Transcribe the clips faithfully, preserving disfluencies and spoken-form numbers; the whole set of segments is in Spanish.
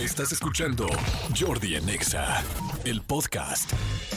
Estás escuchando Jordi en Exa, el podcast.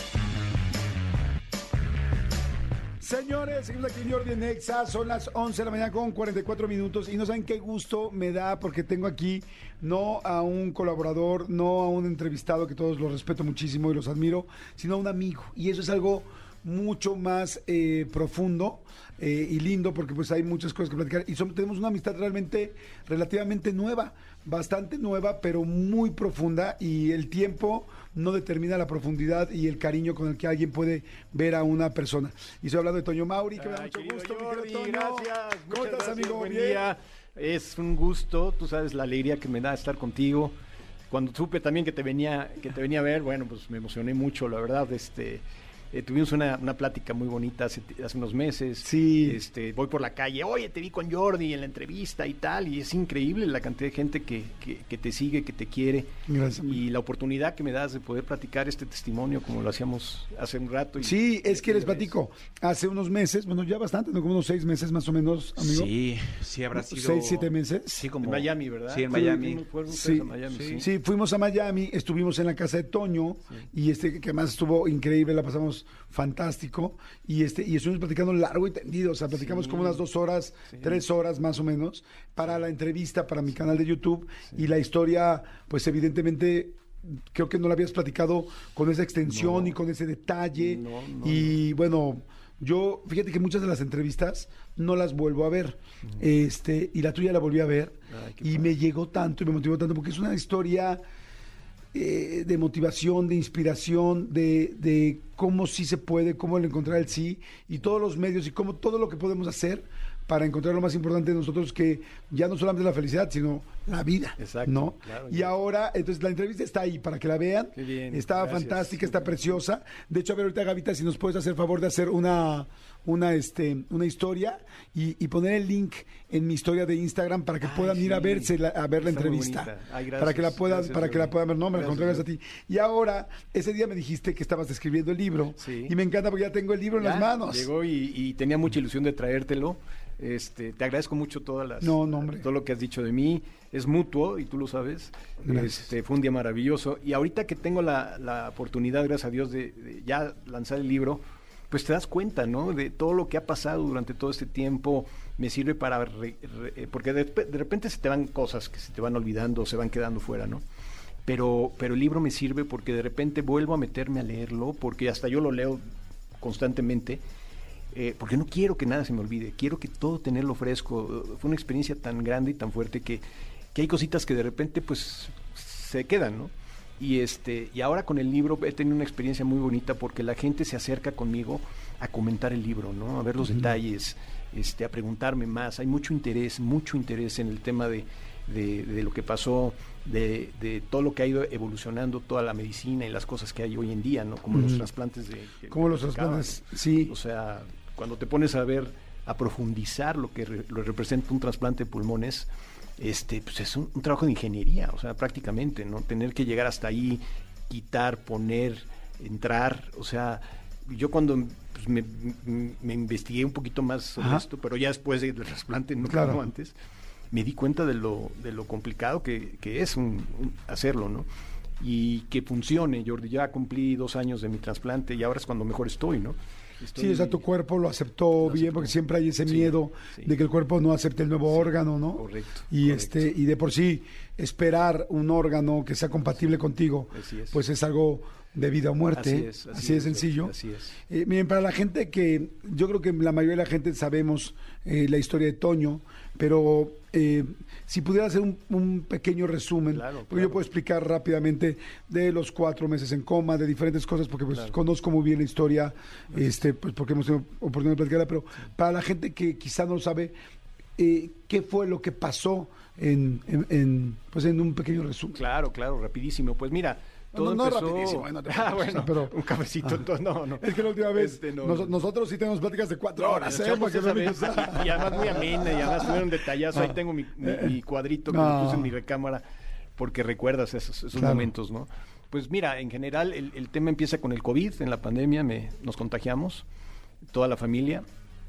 Señores, seguimos aquí en Jordi en Exa, son las once de la mañana con cuarenta y cuatro minutos y no saben qué gusto me da porque tengo aquí no a un colaborador, no a un entrevistado que todos los respeto muchísimo y los admiro, sino a un amigo, y eso es algo mucho más eh, profundo eh, y lindo porque pues hay muchas cosas que platicar y son, tenemos una amistad realmente relativamente nueva, bastante nueva pero muy profunda, y el tiempo no determina la profundidad y el cariño con el que alguien puede ver a una persona. Y estoy hablando de Toño Mauri, que me da Ay, mucho querido gusto. Jordi, mi querido Toño. gracias. ¿Cómo Muchas estás, gracias, amigo? buen Bien. día. Es un gusto, tú sabes la alegría que me da estar contigo. Cuando supe también que te venía, que te venía a ver, bueno, pues me emocioné mucho, la verdad. Este, eh, tuvimos una, una plática muy bonita hace, hace unos meses. Sí. Este, voy por la calle, oye, te vi con Jordi en la entrevista y tal, y es increíble la cantidad de gente que, que, que te sigue, que te quiere. Gracias, amigo. Y la oportunidad que me das de poder platicar este testimonio como lo hacíamos hace un rato. Y, Sí, es que les y- platico. Hace unos meses, bueno, ya bastante, ¿no? Como unos seis meses más o menos, amigo. Sí, sí habrá sido... Seis, siete meses. Sí, como... En Miami, ¿verdad? Sí, en Fui- Miami. fuimos- fueron Sí, ustedes a Miami, sí. sí, fuimos a Miami, estuvimos en la casa de Toño, y este que más estuvo increíble, la pasamos fantástico, y este y estuvimos platicando largo y tendido, o sea, platicamos Sí. como unas dos horas, Sí. tres horas más o menos, para la entrevista, para mi canal de YouTube, y la historia, pues evidentemente creo que no la habías platicado con esa extensión No. y con ese detalle, No, no, y bueno, yo, fíjate que muchas de las entrevistas no las vuelvo a ver, este y la tuya la volví a ver, Ay, qué y padre. me llegó tanto y me motivó tanto, porque es una historia eh, de motivación, de inspiración, de, de cómo sí se puede, cómo el encontrar el sí, y todos los medios y cómo todo lo que podemos hacer para encontrar lo más importante de nosotros, que ya no solamente la felicidad, sino la vida. Exacto, ¿no? claro, y ya. ahora, entonces la entrevista está ahí para que la vean. Qué bien, está gracias. fantástica, está preciosa. De hecho, a ver ahorita, Gavita, si nos puedes hacer favor de hacer una, una, este, una historia y, y poner el link en mi historia de Instagram para que Ay, puedan ir a sí. verse la- a ver la Está muy entrevista. bonita. Ay, gracias, para que la puedan, gracias, para que la Jordi. puedan ver. No, me la Gracias, contrario a ti. Y ahora, ese día me dijiste que estabas escribiendo el libro. Sí. Y me encanta porque ya tengo el libro en Ya, las manos. Llegó y, y tenía mucha ilusión de traértelo. Este, te agradezco mucho todas las, No, no, hombre. todo lo que has dicho de mí. Es mutuo y tú lo sabes. Gracias. Este, fue un día maravilloso. Y ahorita que tengo la, la oportunidad, gracias a Dios, de, de ya lanzar el libro, pues te das cuenta, ¿no? De todo lo que ha pasado durante todo este tiempo. Me sirve para... re- re- porque de, de repente se te van cosas que se te van olvidando, se van quedando fuera, ¿no? Pero, pero el libro me sirve porque de repente vuelvo a meterme a leerlo, porque hasta yo lo leo constantemente, eh, porque no quiero que nada se me olvide, quiero que todo tenerlo fresco. Fue una experiencia tan grande y tan fuerte que, que hay cositas que de repente pues se quedan, ¿no? Y este y ahora con el libro he tenido una experiencia muy bonita porque la gente se acerca conmigo a comentar el libro, ¿no? A ver los Ujú. detalles, este, a preguntarme más. Hay mucho interés, mucho interés en el tema de, de, de lo que pasó, de, de todo lo que ha ido evolucionando, toda la medicina y las cosas que hay hoy en día, ¿no? Como los Ujú. trasplantes de... que- Como los que acaban. trasplantes, sí. O sea, cuando te pones a ver, a profundizar lo que re- lo representa un trasplante de pulmones, este, pues es un, un trabajo de ingeniería, o sea, prácticamente, ¿no? Tener que llegar hasta ahí, quitar, poner, entrar, o sea, yo cuando pues, me, me- me investigué un poquito más sobre Ajá. esto, pero ya después del trasplante, no Claro. como antes, me di cuenta de lo, de lo complicado que, que es un- un hacerlo, ¿no? Y que funcione, Jordi. Ya cumplí dos años de mi trasplante y ahora es cuando mejor estoy, ¿no? Estoy- Sí, o sea, tu cuerpo lo aceptó Lo bien, aceptó. porque siempre hay ese Sí, miedo sí. de que el cuerpo no acepte el nuevo órgano, ¿no? Correcto, Y correcto. este y de por sí esperar un órgano que sea compatible contigo, Así es. pues es algo de vida o muerte. Así es, así de es, sencillo. así es. Eh, miren, para la gente que, yo creo que la mayoría de la gente sabemos eh, la historia de Toño, pero eh, si pudiera hacer un, un pequeño resumen, Claro, porque yo claro. puedo explicar rápidamente de los cuatro meses en coma, de diferentes cosas, porque pues Claro. conozco muy bien la historia, este, pues porque hemos tenido oportunidad de platicarla, pero para la gente que quizá no lo sabe, eh, ¿qué fue lo que pasó en, en, en, pues en un pequeño resumen? Claro, claro, rapidísimo. Pues mira, todo No, no empezó... rapidísimo, no te ah, preocupes, bueno, pero- un cafecito, Ah. entonces, no, no. Es que la última vez, Este, no, nos- no. nosotros sí tenemos pláticas de cuatro No, horas, nos ¿eh? echamos Para que esa no vez, digas- y además muy amena, y además tuvieron detallazos. Ahí Ah. tengo mi, mi- mi cuadrito que No. le puse en mi recámara, porque recuerdas esos, esos Claro. momentos, ¿no? Pues mira, en general el, el tema empieza con el COVID, en la pandemia me, nos contagiamos, toda la familia,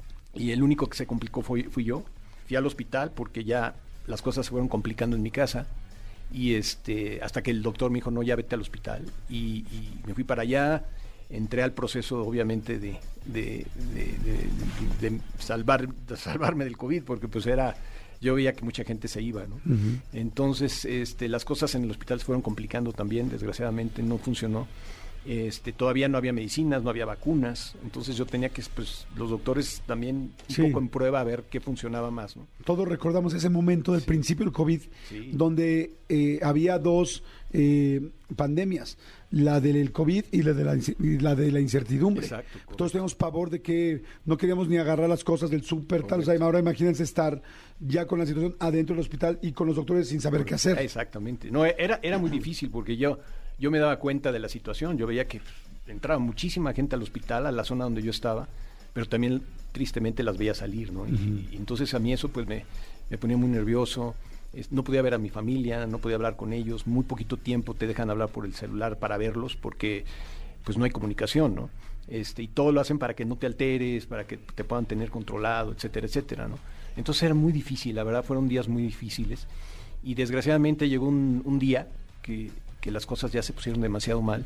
y el único que se complicó fue, fui yo. Fui al hospital porque ya las cosas se fueron complicando en mi casa, y este hasta que el doctor me dijo, no, ya vete al hospital, y, y me fui para allá, entré al proceso obviamente de, de, de, de, de salvar, de salvarme del COVID, porque pues era, yo veía que mucha gente se iba, ¿no? Uh-huh. Entonces este, las cosas en el hospital se fueron complicando también, desgraciadamente no funcionó. Este, todavía no había medicinas, no había vacunas, entonces yo tenía que, pues, los doctores también un sí. poco en prueba a ver qué funcionaba más, ¿no? Todos recordamos ese momento del sí. principio del COVID, sí. donde eh, había dos eh, pandemias, la del COVID y la de la, y la, de la incertidumbre. Exacto, correcto. Todos teníamos pavor de que no queríamos ni agarrar las cosas del súper, tal, o sea, ahora imagínense estar ya con la situación adentro del hospital y con los doctores sin saber correcto. Qué hacer. Exactamente, no, era, era muy difícil porque yo... Yo me daba cuenta de la situación, yo veía que entraba muchísima gente al hospital, a la zona donde yo estaba, pero también tristemente las veía salir, ¿no? Uh-huh. Y, y entonces a mí eso pues me, me ponía muy nervioso, es, no podía ver a mi familia, no podía hablar con ellos, muy poquito tiempo te dejan hablar por el celular para verlos porque pues no hay comunicación, ¿no? Este, y todo lo hacen para que no te alteres, para que te puedan tener controlado, etcétera, etcétera, ¿no? Entonces era muy difícil, la verdad fueron días muy difíciles y desgraciadamente llegó un, un día que... que las cosas ya se pusieron demasiado mal.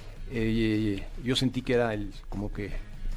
Eh, yo sentí que era el, como que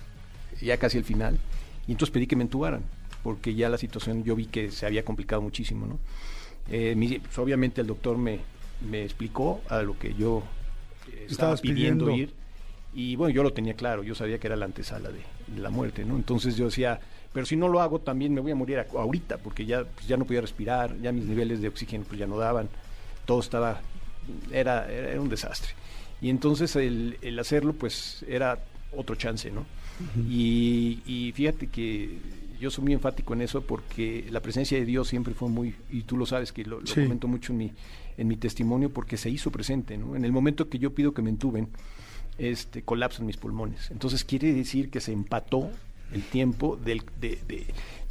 ya casi el final, y entonces pedí que me entubaran, porque ya la situación yo vi que se había complicado muchísimo, ¿no? Eh, mi, pues obviamente el doctor me, me explicó a lo que yo eh, estaba pidiendo, pidiendo ir, y bueno, yo lo tenía claro, yo sabía que era la antesala de, de la muerte, ¿no? Entonces yo decía, pero si no lo hago también me voy a morir a, ahorita, porque ya, pues ya no podía respirar, ya mis niveles de oxígeno pues ya no daban, todo estaba... Era, era un desastre. Y entonces el, el hacerlo, pues, era otro chance, ¿no? Uh-huh. Y, y fíjate que yo soy muy enfático en eso porque la presencia de Dios siempre fue muy, y tú lo sabes que lo, lo sí. comento mucho en mi, en mi testimonio porque se hizo presente, ¿no? En el momento que yo pido que me entuben, este, colapsan mis pulmones. Entonces quiere decir que se empató el tiempo del, de, de,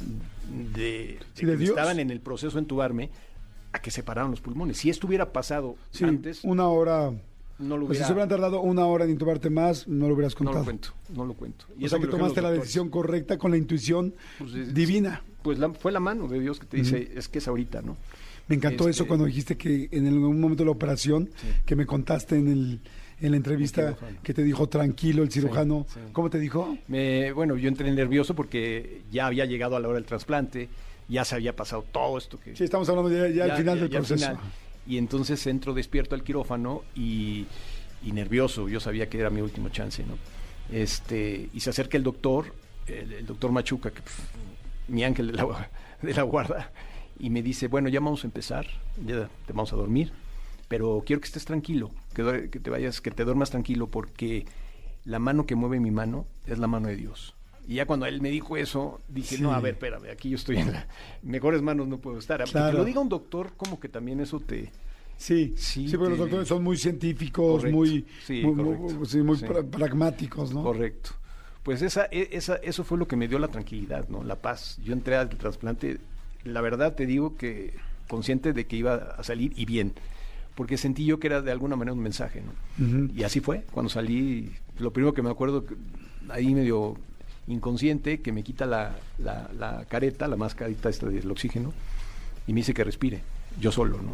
de, de, sí, de de que Dios. estaban en el proceso de entubarme a que se pararon los pulmones. Si esto hubiera pasado sí, antes... una hora... No lo hubiera, pues si se hubieran tardado una hora en intubarte más, no lo hubieras contado. No lo cuento, no lo cuento. Y o sea que tomaste la decisión correcta con la intuición pues es, divina. Pues la, fue la mano de Dios que te dice, uh-huh. es que es ahorita, ¿no? Me encantó este, eso cuando dijiste que en algún momento de la operación, sí. que me contaste en el... en la entrevista que te dijo tranquilo el cirujano, sí, sí. ¿Cómo te dijo? Me, bueno, yo entré nervioso porque ya había llegado a la hora del trasplante, ya se había pasado todo esto que... Sí, estamos hablando ya, ya, ya al final ya, del ya proceso. Final. Y entonces entro despierto al quirófano y, y nervioso, yo sabía que era mi último chance, ¿no? Este, y se acerca el doctor, el, el doctor Machuca, que, pff, mi ángel de la, de la guarda, y me dice, bueno, ya vamos a empezar, ya te vamos a dormir, pero quiero que estés tranquilo, que, que te vayas, que te duermas tranquilo, porque la mano que mueve mi mano es la mano de Dios. Y ya cuando él me dijo eso, dije, sí. no, a ver, espérame, aquí yo estoy en las mejores manos, no puedo estar. Claro. Que lo diga un doctor, como que también eso te... Sí, sí, sí, porque te... los doctores son muy científicos, correcto. muy, sí, muy, muy, sí, muy sí. Pra pragmáticos, ¿no? Correcto. Pues esa, esa, eso fue lo que me dio la tranquilidad, ¿no? La paz. Yo entré al trasplante, la verdad te digo que consciente de que iba a salir y bien, porque sentí yo que era de alguna manera un mensaje, ¿no? Uh-huh. Y así fue, cuando salí, lo primero que me acuerdo, ahí medio inconsciente, que me quita la, la, la careta, la mascarita esta del oxígeno, y me dice que respire, yo solo, ¿no?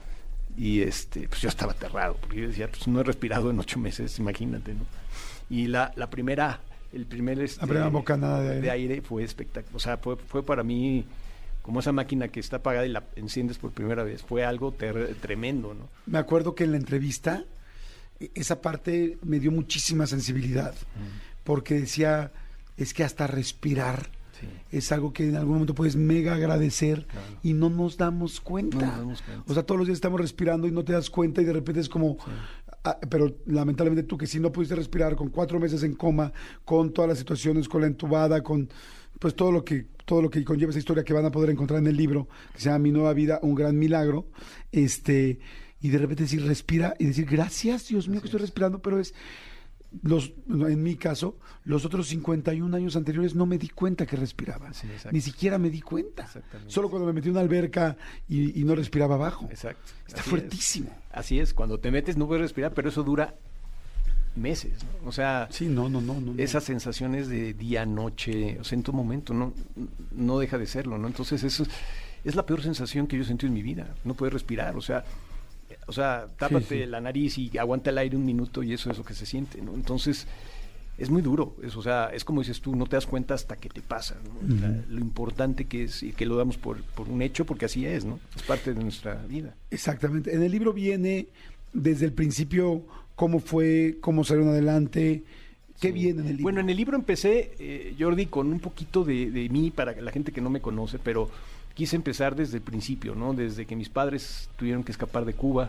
Y este, pues yo estaba aterrado, porque yo decía, pues no he respirado en ocho meses, imagínate, ¿no? Y la, la primera, el primer este, la primera bocanada de aire. de aire fue espectacular, o sea, fue, fue para mí como esa máquina que está apagada y la enciendes por primera vez, fue algo ter tremendo, ¿no? Me acuerdo que en la entrevista, esa parte me dio muchísima sensibilidad, uh-huh. porque decía, es que hasta respirar sí. es algo que en algún momento puedes mega agradecer, claro. y no nos damos cuenta. No nos damos cuenta. O sea, todos los días estamos respirando y no te das cuenta y de repente es como... Sí. Ah, pero lamentablemente tú que si no pudiste respirar con cuatro meses en coma, con todas las situaciones, con la entubada, con pues todo lo que todo lo que conlleva esa historia que van a poder encontrar en el libro, que se llama Mi Nueva Vida, un gran milagro, este y de repente decir respira y decir gracias Dios mío que estoy respirando, pero es los en mi caso, los otros cincuenta y un años anteriores no me di cuenta que respiraba, sí, ni siquiera me di cuenta, solo cuando me metí en una alberca y, y no respiraba abajo. Exacto. Está Así fuertísimo. Es. Así es, cuando te metes no puedes respirar, pero eso dura meses, ¿no? O sea, sí, no, no, no, no, esas sensaciones de día, noche, o sea, en tu momento no, no deja de serlo, ¿no? Entonces eso es, es la peor sensación que yo he sentido en mi vida, no poder respirar, o sea, O sea, tápate Sí, sí. la nariz y aguanta el aire un minuto y eso es lo que se siente, ¿no? Entonces, es muy duro. Es, o sea, es como dices tú, no te das cuenta hasta que te pasa, ¿no? Ujú. La- lo importante que es y que lo damos por, por un hecho, porque así es, ¿no? Es parte de nuestra vida. Exactamente. En el libro viene desde el principio cómo fue, cómo salieron adelante. ¿Qué Sí. viene en el libro? Bueno, en el libro empecé, eh, Jordi, con un poquito de, de mí para la gente que no me conoce, pero quise empezar desde el principio, ¿no? Desde que mis padres tuvieron que escapar de Cuba,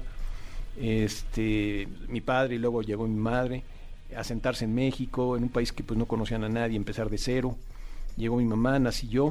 este, mi padre y luego llegó mi madre a sentarse en México, en un país que pues no conocían a nadie, empezar de cero. Llegó mi mamá, nací yo.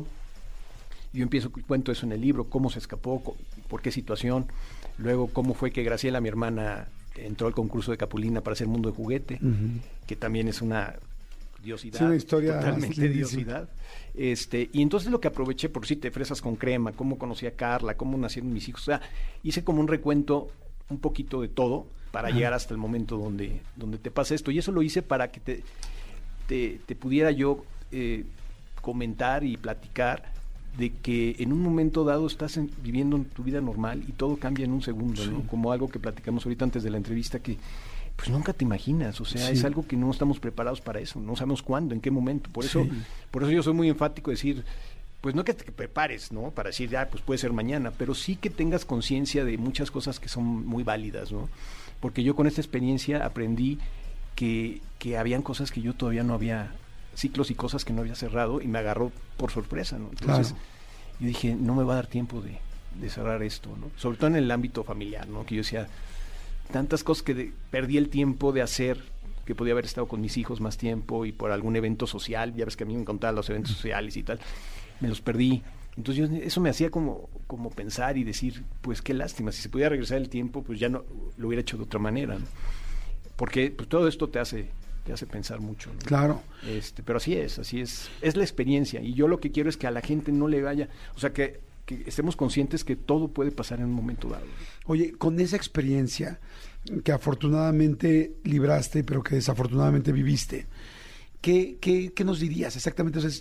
Yo empiezo, cuento eso en el libro, cómo se escapó, co- por qué situación. Luego, cómo fue que Graciela, mi hermana, entró al concurso de Capulina para hacer Mundo de Juguete, Ujú. que también es una diosidad. Sí, una historia totalmente lindísima. diosidad. Este, y entonces lo que aproveché, por si te fresas con crema, cómo conocí a Carla, cómo nacieron mis hijos. O sea, hice como un recuento, un poquito de todo, para Ajá. llegar hasta el momento donde, donde te pasa esto. Y eso lo hice para que te, te, te pudiera yo eh, comentar y platicar de que en un momento dado estás en- viviendo en tu vida normal y todo cambia en un segundo, ¿no? Sí. Como algo que platicamos ahorita antes de la entrevista, que pues nunca te imaginas, o sea, Sí. es algo que no estamos preparados para eso, no sabemos cuándo, en qué momento. Por eso, Sí. por eso yo soy muy enfático de decir, pues no que te prepares, ¿no? Para decir, ya, pues puede ser mañana, pero sí que tengas conciencia de muchas cosas que son muy válidas, ¿no? Porque yo con esta experiencia aprendí que, que habían cosas que yo todavía no había, ciclos y cosas que no había cerrado y me agarró por sorpresa, ¿no? Entonces, Claro. yo dije, no me va a dar tiempo de, de cerrar esto, ¿no? Sobre todo en el ámbito familiar, ¿no? Que yo decía, tantas cosas que de- perdí el tiempo de hacer, que podía haber estado con mis hijos más tiempo y por algún evento social, ya ves que a mí me encantaban los eventos sociales y tal, me los perdí. Entonces yo, eso me hacía como, como pensar y decir, pues qué lástima, si se pudiera regresar el tiempo, pues ya no lo hubiera hecho de otra manera, ¿no? Porque pues, todo esto te hace, te hace pensar mucho, ¿no? Claro. Este, pero así es, así es, es la experiencia y yo lo que quiero es que a la gente no le vaya, o sea, que, que estemos conscientes que todo puede pasar en un momento dado. Oye, con esa experiencia que afortunadamente libraste, pero que desafortunadamente viviste, ¿qué, qué, qué nos dirías exactamente? Entonces,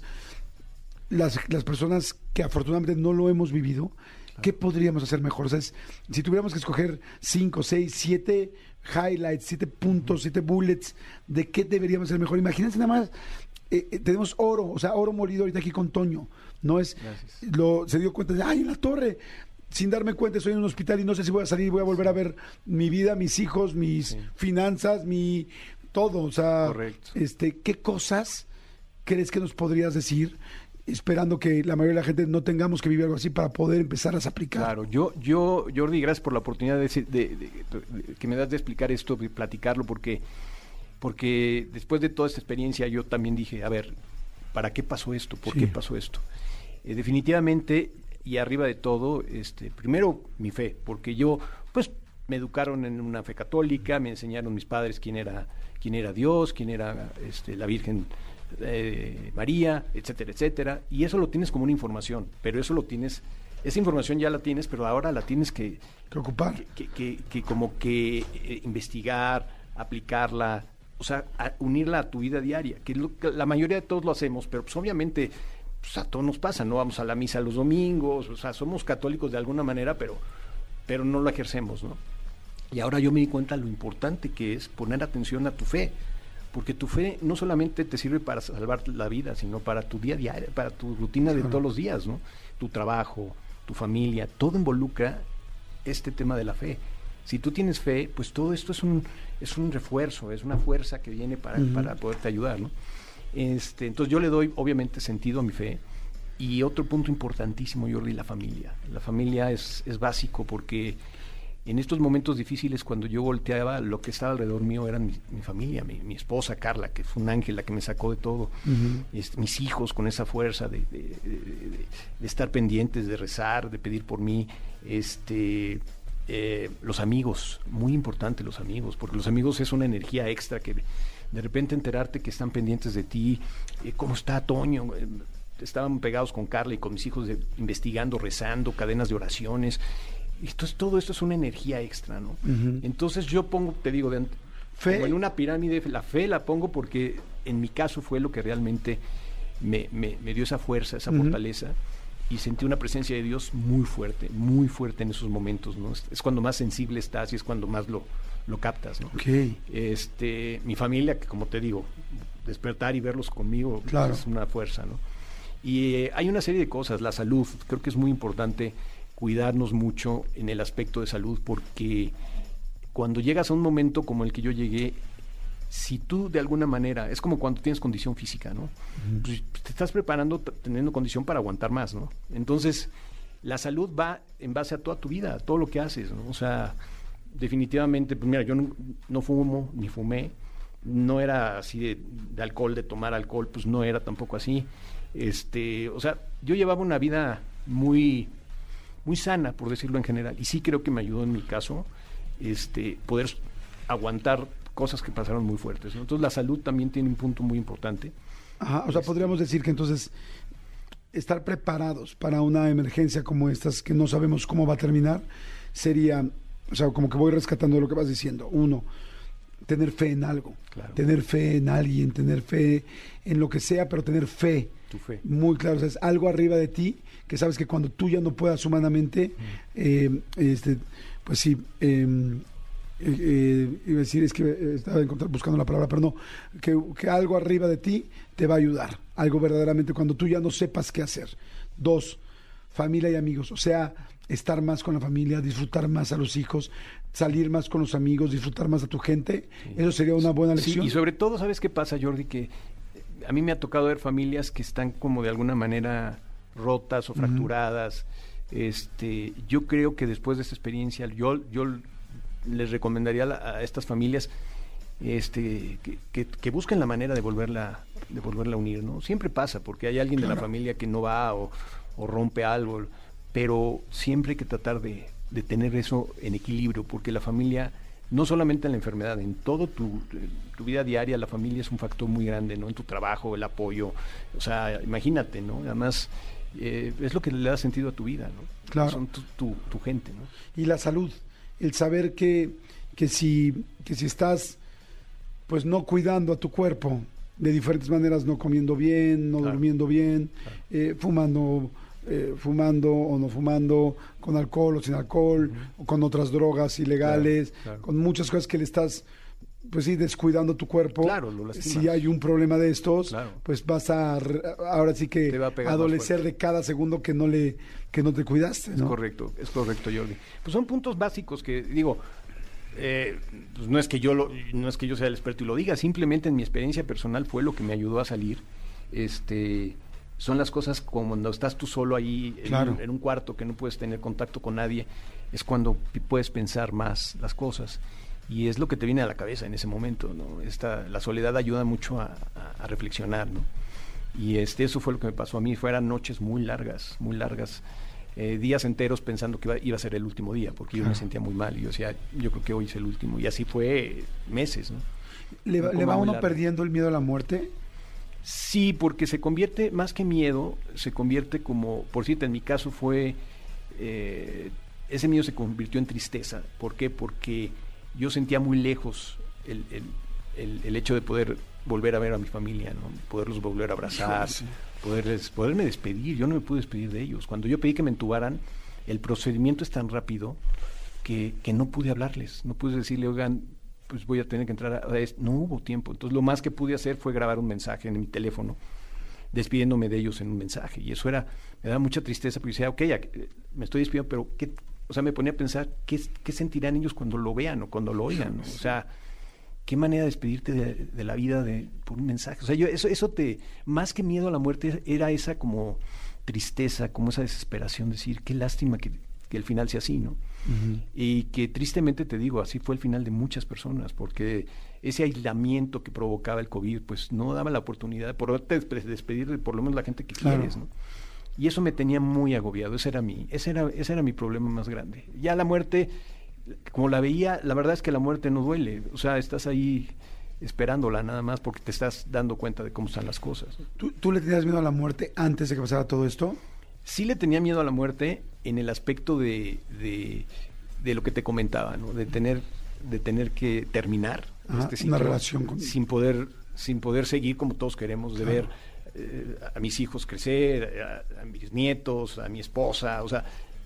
las, las personas que afortunadamente no lo hemos vivido, ¿qué podríamos hacer mejor? O sea, es- si tuviéramos que escoger cinco, seis, siete highlights, siete puntos, siete bullets, ¿de qué deberíamos hacer mejor? Imagínense nada más, eh, eh, tenemos oro, o sea, oro molido ahorita aquí con Toño, no es, Gracias. lo, se dio cuenta de, ay, en la torre, sin darme cuenta estoy en un hospital y no sé si voy a salir, voy a volver a ver mi vida, mis hijos, mis Sí. finanzas, mi todo, o sea, Correcto. este, ¿qué cosas crees que nos podrías decir, esperando que la mayoría de la gente no tengamos que vivir algo así para poder empezarlas a aplicar? Claro, yo, yo, Jordi, gracias por la oportunidad de, de- de- de- que me das de explicar esto, de platicarlo, porque, porque después de toda esta experiencia yo también dije, a ver, ¿para qué pasó esto? ¿Por Sí. qué pasó esto? Eh, definitivamente, y arriba de todo, este, primero mi fe, porque yo, pues, me educaron en una fe católica, me enseñaron mis padres quién era, quién era Dios, quién era este, la Virgen eh, María, etcétera, etcétera, y eso lo tienes como una información, pero eso lo tienes, esa información ya la tienes, pero ahora la tienes que, Que ocupar. que, que- que como que eh, investigar, aplicarla, o sea, a- unirla a tu vida diaria, que, es lo que la mayoría de todos lo hacemos, pero pues obviamente pues, a todos nos pasa, ¿no? Vamos a la misa los domingos, o sea, somos católicos de alguna manera, pero, pero no lo ejercemos, ¿no? Y ahora yo me di cuenta lo importante que es poner atención a tu fe, porque tu fe no solamente te sirve para salvar la vida, sino para tu día a día, para tu rutina de Claro. todos los días, ¿no? Tu trabajo, tu familia, todo involucra este tema de la fe. Si tú tienes fe, pues todo esto es un, es un refuerzo, es una fuerza que viene para, Ujú. para poderte ayudar, ¿no? Este, entonces yo le doy obviamente sentido a mi fe. Y otro punto importantísimo, Jordi, la familia. La familia es, es básico porque en estos momentos difíciles, cuando yo volteaba, lo que estaba alrededor mío era mi, mi familia, mi, mi esposa Carla, que fue un ángel, la que me sacó de todo, Ujú. este, mis hijos con esa fuerza de, de- de- de- de estar pendientes, de rezar, de pedir por mí, este, eh, los amigos, muy importante los amigos, porque los amigos es una energía extra que de repente enterarte que están pendientes de ti, eh, cómo está Toño, eh, estaban pegados con Carla y con mis hijos de- investigando, rezando, cadenas de oraciones. Entonces todo esto es una energía extra, ¿no? Ujú. Entonces yo pongo, te digo, de, ant- Fe. como en una pirámide, la fe la pongo porque en mi caso fue lo que realmente me, me- me dio esa fuerza, esa Ujú. fortaleza. y sentí una presencia de Dios muy fuerte, muy fuerte en esos momentos, ¿no? Es, es cuando más sensible estás y es cuando más lo, lo captas, ¿no? Okay. Este, mi familia, que como te digo, despertar y verlos conmigo, claro, es una fuerza, ¿no? Y eh, hay una serie de cosas, la salud, creo que es muy importante cuidarnos mucho en el aspecto de salud, porque cuando llegas a un momento como el que yo llegué, si tú de alguna manera, es como cuando tienes condición física, ¿no? Uh-huh. Pues te estás preparando, t- teniendo condición para aguantar más, ¿no? Entonces, la salud va en base a toda tu vida, a todo lo que haces, ¿no? O sea, definitivamente, pues mira, yo no, no fumo, ni fumé, no era así de, de alcohol, de tomar alcohol, pues no era tampoco así. Este, o sea, yo llevaba una vida muy, muy sana, por decirlo en general, y sí creo que me ayudó en mi caso, este, poder aguantar cosas que pasaron muy fuertes, ¿no? Entonces la salud también tiene un punto muy importante. Ajá, o sea, este... podríamos decir que entonces estar preparados para una emergencia como estas, que no sabemos cómo va a terminar, sería, o sea, como que voy rescatando lo que vas diciendo. Uno, tener fe en algo, claro, tener fe en alguien, tener fe en lo que sea, pero tener fe. Tu fe. Muy claro, o sea, es algo arriba de ti, que sabes que cuando tú ya no puedas humanamente, mm. eh, este, pues sí, eh, Eh, eh, iba a decir, es que eh, estaba buscando la palabra, pero no, que, que algo arriba de ti te va a ayudar, algo verdaderamente cuando tú ya no sepas qué hacer. Dos, familia y amigos, o sea, estar más con la familia, disfrutar más a los hijos, salir más con los amigos, disfrutar más a tu gente, sí, eso sería una buena lección. Sí, y sobre todo, ¿sabes qué pasa, Jordi? Que a mí me ha tocado ver familias que están como de alguna manera rotas o fracturadas. Uh-huh. Este, yo creo que después de esta experiencia, yo, yo les recomendaría a, la, a estas familias este, que, que, que busquen la manera de volverla, de volverla a unir, ¿no? Siempre pasa, porque hay alguien claro. de la familia que no va o, o rompe algo, pero siempre hay que tratar de, de tener eso en equilibrio, porque la familia, no solamente en la enfermedad, en todo tu, tu vida diaria, la familia es un factor muy grande, ¿no? En tu trabajo, el apoyo, o sea, imagínate, ¿no? Además, eh, es lo que le da sentido a tu vida, ¿no? Claro. Son tu, tu, tu gente, ¿no? Y la salud, el saber que, que, si, que si estás pues no cuidando a tu cuerpo de diferentes maneras, no comiendo bien, no claro. durmiendo bien, claro. eh, fumando, eh, fumando o no fumando, con alcohol o sin alcohol, uh-huh. o con otras drogas ilegales, claro, claro. con muchas cosas que le estás, pues sí, descuidando tu cuerpo. Claro, lo lastimas. Si hay un problema de estos, claro. pues vas a, ahora sí que adolecer de cada segundo que no le que no te cuidaste, ¿no? Es correcto, es correcto, Jordi. Pues son puntos básicos que, digo, eh, pues no es que yo lo, no es que yo sea el experto y lo diga, simplemente en mi experiencia personal fue lo que me ayudó a salir. Este, son las cosas como cuando estás tú solo ahí en, claro. un, en un cuarto que no puedes tener contacto con nadie, es cuando p- puedes pensar más las cosas. Y es lo que te viene a la cabeza en ese momento, ¿no? Esta, la soledad ayuda mucho a, a, a reflexionar, ¿no? Y este, eso fue lo que me pasó a mí, fueron noches muy largas, muy largas, eh, días enteros pensando que iba, iba a ser el último día, porque yo me sentía muy mal, y yo decía, yo creo que hoy es el último, y así fue meses, ¿no? ¿Le, ¿le va uno perdiendo el miedo a la muerte? Sí, porque se convierte, más que miedo, se convierte como, por cierto, en mi caso fue, eh, ese miedo se convirtió en tristeza. ¿Por qué? Porque yo sentía muy lejos el, el, el, el hecho de poder volver a ver a mi familia, ¿no? Poderlos volver a abrazar, sí. poderles, poderme despedir. Yo no me pude despedir de ellos. Cuando yo pedí que me entubaran, el procedimiento es tan rápido que, que no pude hablarles, no pude decirle, oigan, pues voy a tener que entrar a, a no hubo tiempo. Entonces lo más que pude hacer fue grabar un mensaje en mi teléfono, despidiéndome de ellos en un mensaje, y eso era, me daba mucha tristeza, porque decía, ok, ya, me estoy despidiendo, pero ¿qué? O sea, me ponía a pensar, ¿qué, qué sentirán ellos cuando lo vean o cuando lo oigan, ¿no? O sea, qué manera de despedirte de, de la vida de, por un mensaje. O sea, yo eso, eso te, más que miedo a la muerte, era esa como tristeza, como esa desesperación, decir, qué lástima que, que el final sea así, ¿no? Uh-huh. Y que tristemente te digo, así fue el final de muchas personas, porque ese aislamiento que provocaba el COVID, pues no daba la oportunidad de poderte despedir de por lo menos la gente que claro. quieres, ¿no? Y eso me tenía muy agobiado, ese era mi, ese era, ese era mi problema más grande. Ya la muerte, como la veía, la verdad es que la muerte no duele, o sea, estás ahí esperándola nada más porque te estás dando cuenta de cómo están las cosas. ¿Tú, tú le tenías miedo a la muerte antes de que pasara todo esto? Sí le tenía miedo a la muerte en el aspecto de, de, de lo que te comentaba, ¿no? De tener, de tener que terminar Ajá, este ciclo, una relación con... sin poder, sin poder seguir como todos queremos, de claro. ver eh, a mis hijos crecer, a, a mis nietos, a mi esposa, o sea,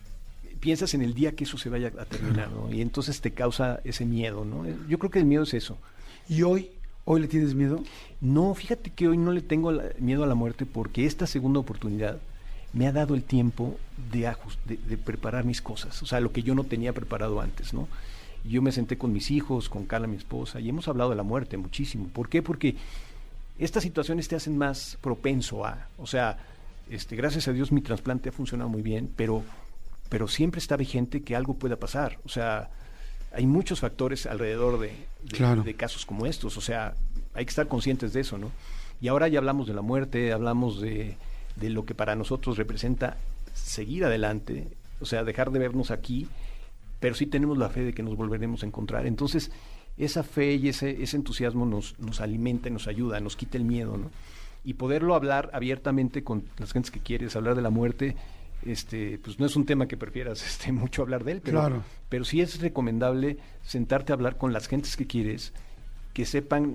piensas en el día que eso se vaya a terminar, ¿no? Y entonces te causa ese miedo, ¿no? Yo creo que el miedo es eso. ¿Y hoy? ¿Hoy le tienes miedo? No, fíjate que hoy no le tengo la, miedo a la muerte porque esta segunda oportunidad me ha dado el tiempo de, ajust, de, de preparar mis cosas, o sea, lo que yo no tenía preparado antes, ¿no? Yo me senté con mis hijos, con Carla, mi esposa, y hemos hablado de la muerte muchísimo. ¿Por qué? Porque estas situaciones te hacen más propenso a, o sea, este, gracias a Dios mi trasplante ha funcionado muy bien, pero, pero siempre está vigente que algo pueda pasar, o sea, hay muchos factores alrededor de, de, claro. de casos como estos, o sea, hay que estar conscientes de eso, ¿no? Y ahora ya hablamos de la muerte, hablamos de, de lo que para nosotros representa seguir adelante, o sea, dejar de vernos aquí, pero sí tenemos la fe de que nos volveremos a encontrar. Entonces, esa fe y ese, ese entusiasmo nos, nos alimenta y nos ayuda, nos quita el miedo, ¿no? Y poderlo hablar abiertamente con las gentes que quieres, hablar de la muerte, este, pues no es un tema que prefieras este, mucho hablar de él, pero, claro. pero sí es recomendable sentarte a hablar con las gentes que quieres, que sepan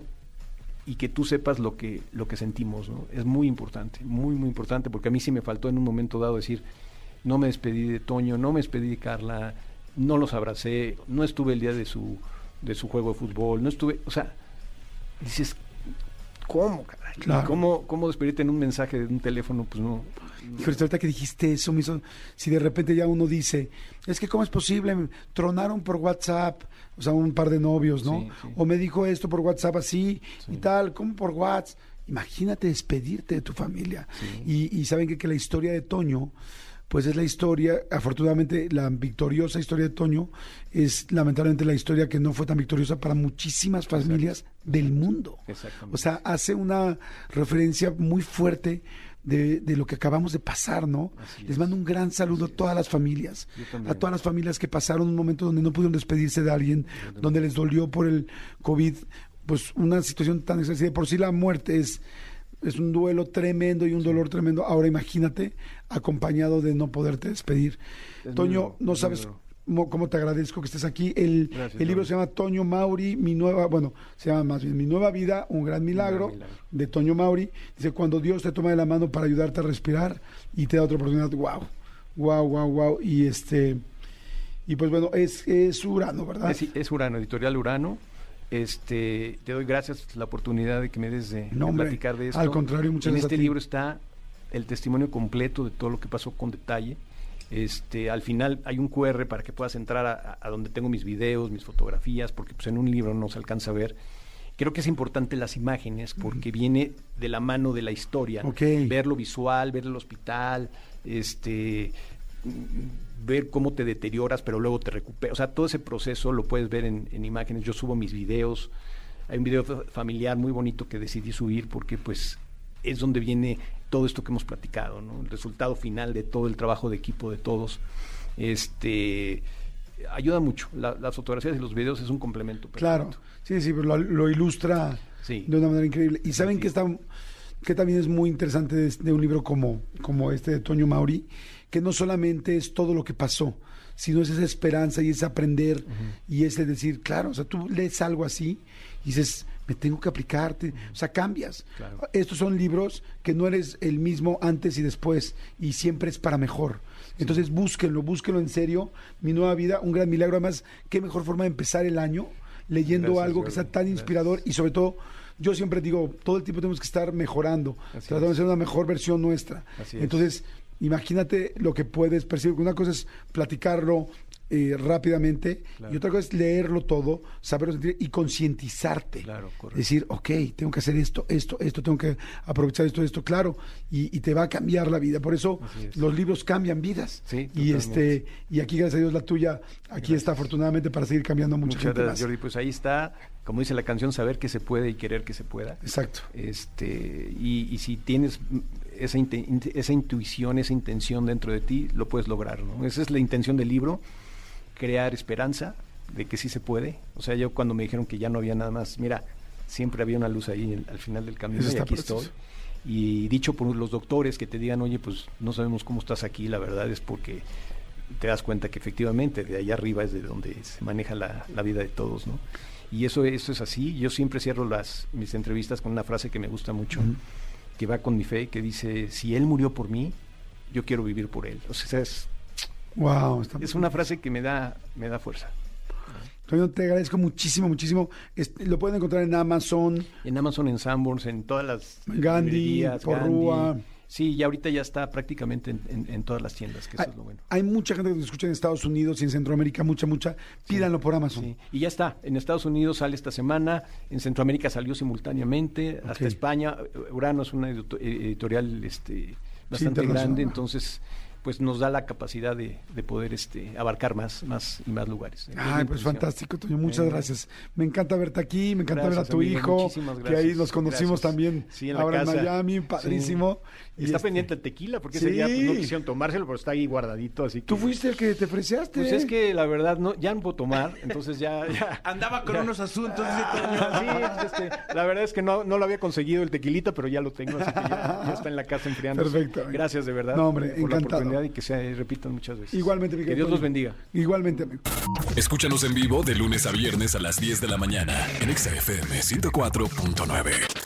y que tú sepas lo que, lo que sentimos, ¿no? Es muy importante, muy, muy importante, porque a mí sí me faltó en un momento dado decir, no me despedí de Toño, no me despedí de Carla, no los abracé, no estuve el día de su, de su juego de fútbol, no estuve, o sea, dices, ¿cómo, caray? Claro. ¿Cómo, ¿Cómo despedirte en un mensaje de un teléfono? Pues no. Pero ahorita que dijiste eso, me hizo, si de repente ya uno dice, es que ¿cómo es posible? Tronaron por WhatsApp, o sea, un par de novios, ¿no? Sí, sí. O me dijo esto por WhatsApp así Sí. y tal, ¿cómo por WhatsApp? Imagínate despedirte de tu familia. Sí. Y, y saben que, que la historia de Toño, pues es la historia, afortunadamente la victoriosa historia de Toño es lamentablemente la historia que no fue tan victoriosa para muchísimas familias Exacto. del mundo. Exactamente. O sea, hace una referencia muy fuerte de, de lo que acabamos de pasar, ¿no? Así Les es. mando un gran saludo Así a todas es. las familias, Yo también. a todas las familias que pasaron un momento donde no pudieron despedirse de alguien, también. donde les dolió por el COVID, pues una situación tan excesiva. De por sí la muerte es, es un duelo tremendo y un dolor tremendo. Ahora imagínate acompañado de no poderte despedir. Es Toño, muy duro, no es sabes muy duro. cómo, cómo te agradezco que estés aquí. El, Gracias, el libro Jordi. se llama Toño Mauri, mi nueva, bueno, se llama más bien Mi Nueva Vida, un gran milagro, milagro. de Toño Mauri. Dice, cuando Dios te toma de la mano para ayudarte a respirar y te da otra oportunidad. Wow, wow, wow, wow. Y este, y pues bueno, es, es Urano, ¿verdad? Es, es Urano, editorial Urano. Este, te doy gracias la oportunidad de que me des de, No, de hombre, platicar de esto. al contrario, muchas En gracias este a ti. libro está el testimonio completo de todo lo que pasó con detalle. Este, al final hay un cu erre para que puedas entrar a, a donde tengo mis videos, mis fotografías, porque pues en un libro no se alcanza a ver. Creo que es importante las imágenes porque viene de la mano de la historia. Ok. Ver lo visual, ver el hospital, este, mm, ver cómo te deterioras, pero luego te recuperas. O sea, todo ese proceso lo puedes ver en, en imágenes. Yo subo mis videos. Hay un video fa- familiar muy bonito que decidí subir porque pues es donde viene todo esto que hemos platicado, ¿no? El resultado final de todo el trabajo de equipo de todos. Este ayuda mucho. La- las fotografías y los videos es un complemento. Claro, perfecto. sí, sí, pero lo, lo ilustra Sí. de una manera increíble. Y saben Sí. que está, que también es muy interesante de, de un libro como, como este de Toño Mauri, que no solamente es todo lo que pasó, sino es esa esperanza y ese aprender uh-huh. y ese decir, claro, o sea, tú lees algo así y dices, me tengo que aplicarte, uh-huh. o sea, cambias. Claro. Estos son libros que no eres el mismo antes y después y siempre es para mejor. Entonces búsquenlo, búsquenlo en serio. Mi Nueva Vida, un gran milagro. Además, qué mejor forma de empezar el año leyendo Gracias, algo que sea tan Gracias. inspirador y sobre todo, yo siempre digo, todo el tiempo tenemos que estar mejorando, Así tratando de es. ser una mejor versión nuestra. Así es. Entonces, imagínate lo que puedes percibir. Una cosa es platicarlo eh, rápidamente Claro. y otra cosa es leerlo todo, saberlo sentir y concientizarte. Claro, correcto. Decir, ok, tengo que hacer esto, esto, esto, tengo que aprovechar esto, esto, claro, y, y te va a cambiar la vida. Por eso Así es. los libros cambian vidas. Sí, y totalmente. este y aquí, gracias a Dios, la tuya, aquí Gracias. está afortunadamente para seguir cambiando a mucha Muchas gente gracias, más. Jordi. Pues ahí está, como dice la canción, saber que se puede y querer que se pueda. Exacto. Este, y, y si tienes esa, inte- inte- esa intuición, esa intención dentro de ti, lo puedes lograr, ¿no? Esa es la intención del libro, crear esperanza de que sí se puede. O sea, yo cuando me dijeron que ya no había nada más, mira, siempre había una luz ahí en- al final del camino Eso y está aquí precioso. estoy. Y dicho por los doctores que te digan, oye, pues no sabemos cómo estás aquí, la verdad es porque te das cuenta que efectivamente de allá arriba es de donde se maneja la, la vida de todos, ¿no? Y eso, eso es así. Yo siempre cierro las mis entrevistas con una frase que me gusta mucho. Ujú. que va con mi fe, que dice, si Él murió por mí, yo quiero vivir por Él. O sea, es, wow, está es una frase que me da, me da fuerza. Toño, te agradezco muchísimo, muchísimo. Este, lo pueden encontrar en Amazon. En Amazon, en Sanborns, en todas las Gandhi, librerías, Porrúa. Gandhi. Sí, y ahorita ya está prácticamente en, en, en todas las tiendas, que eso hay, es lo bueno. Hay mucha gente que nos escucha en Estados Unidos y en Centroamérica, mucha, mucha. Pídanlo sí, por Amazon. Sí. Y ya está. En Estados Unidos sale esta semana, en Centroamérica salió simultáneamente, okay. Hasta España. Urano es una editorial este, bastante sí, grande, entonces pues nos da la capacidad de, de poder este abarcar más, más y más lugares. Ay, pues fantástico, Toño, muchas eh, gracias. Me encanta verte aquí, me encanta gracias, ver a tu amigo, hijo, que ahí nos conocimos gracias. También sí, en ahora en Miami, padrísimo. Sí. Y está este... pendiente el tequila, porque sí. Ese día pues, no quisieron tomárselo, pero está ahí guardadito, así que... Tú fuiste el que te freseaste. Pues es que la verdad, no, ya no puedo tomar, entonces ya... ya Andaba con ya. unos asuntos. Sí, este, la verdad es que no, no lo había conseguido el tequilita, pero ya lo tengo, así que ya, ya está en la casa enfriándose. Perfecto. Gracias de verdad no, hombre, por encantado. la oportunidad y que se repitan muchas veces. Igualmente, que Dios los bendiga. Igualmente, amigo. Escúchanos en vivo de lunes a viernes a las diez de la mañana en Exa F M ciento cuatro punto nueve.